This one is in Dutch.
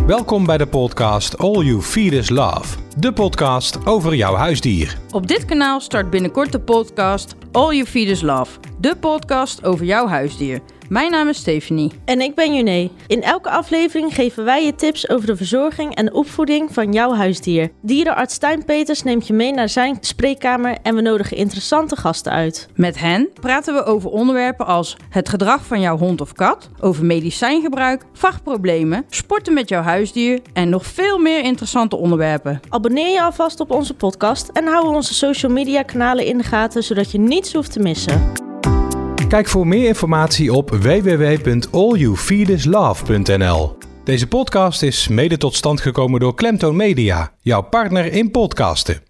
Welkom bij de podcast All You Feed Is Love, de podcast over jouw huisdier. Op dit kanaal start binnenkort de podcast All You Feed Is Love, de podcast over jouw huisdier. Mijn naam is Stephanie. En ik ben Juné. In elke aflevering geven wij je tips over de verzorging en opvoeding van jouw huisdier. Dierenarts Stijn Peters neemt je mee naar zijn spreekkamer en we nodigen interessante gasten uit. Met hen praten we over onderwerpen als het gedrag van jouw hond of kat, over medicijngebruik, vachtproblemen, sporten met jouw huisdier en nog veel meer interessante onderwerpen. Abonneer je alvast op onze podcast en hou onze social media kanalen in de gaten, zodat je niets hoeft te missen. Kijk voor meer informatie op www.allyouFeedislove.nl. Deze podcast is mede tot stand gekomen door Klemtoon Media, jouw partner in podcasten.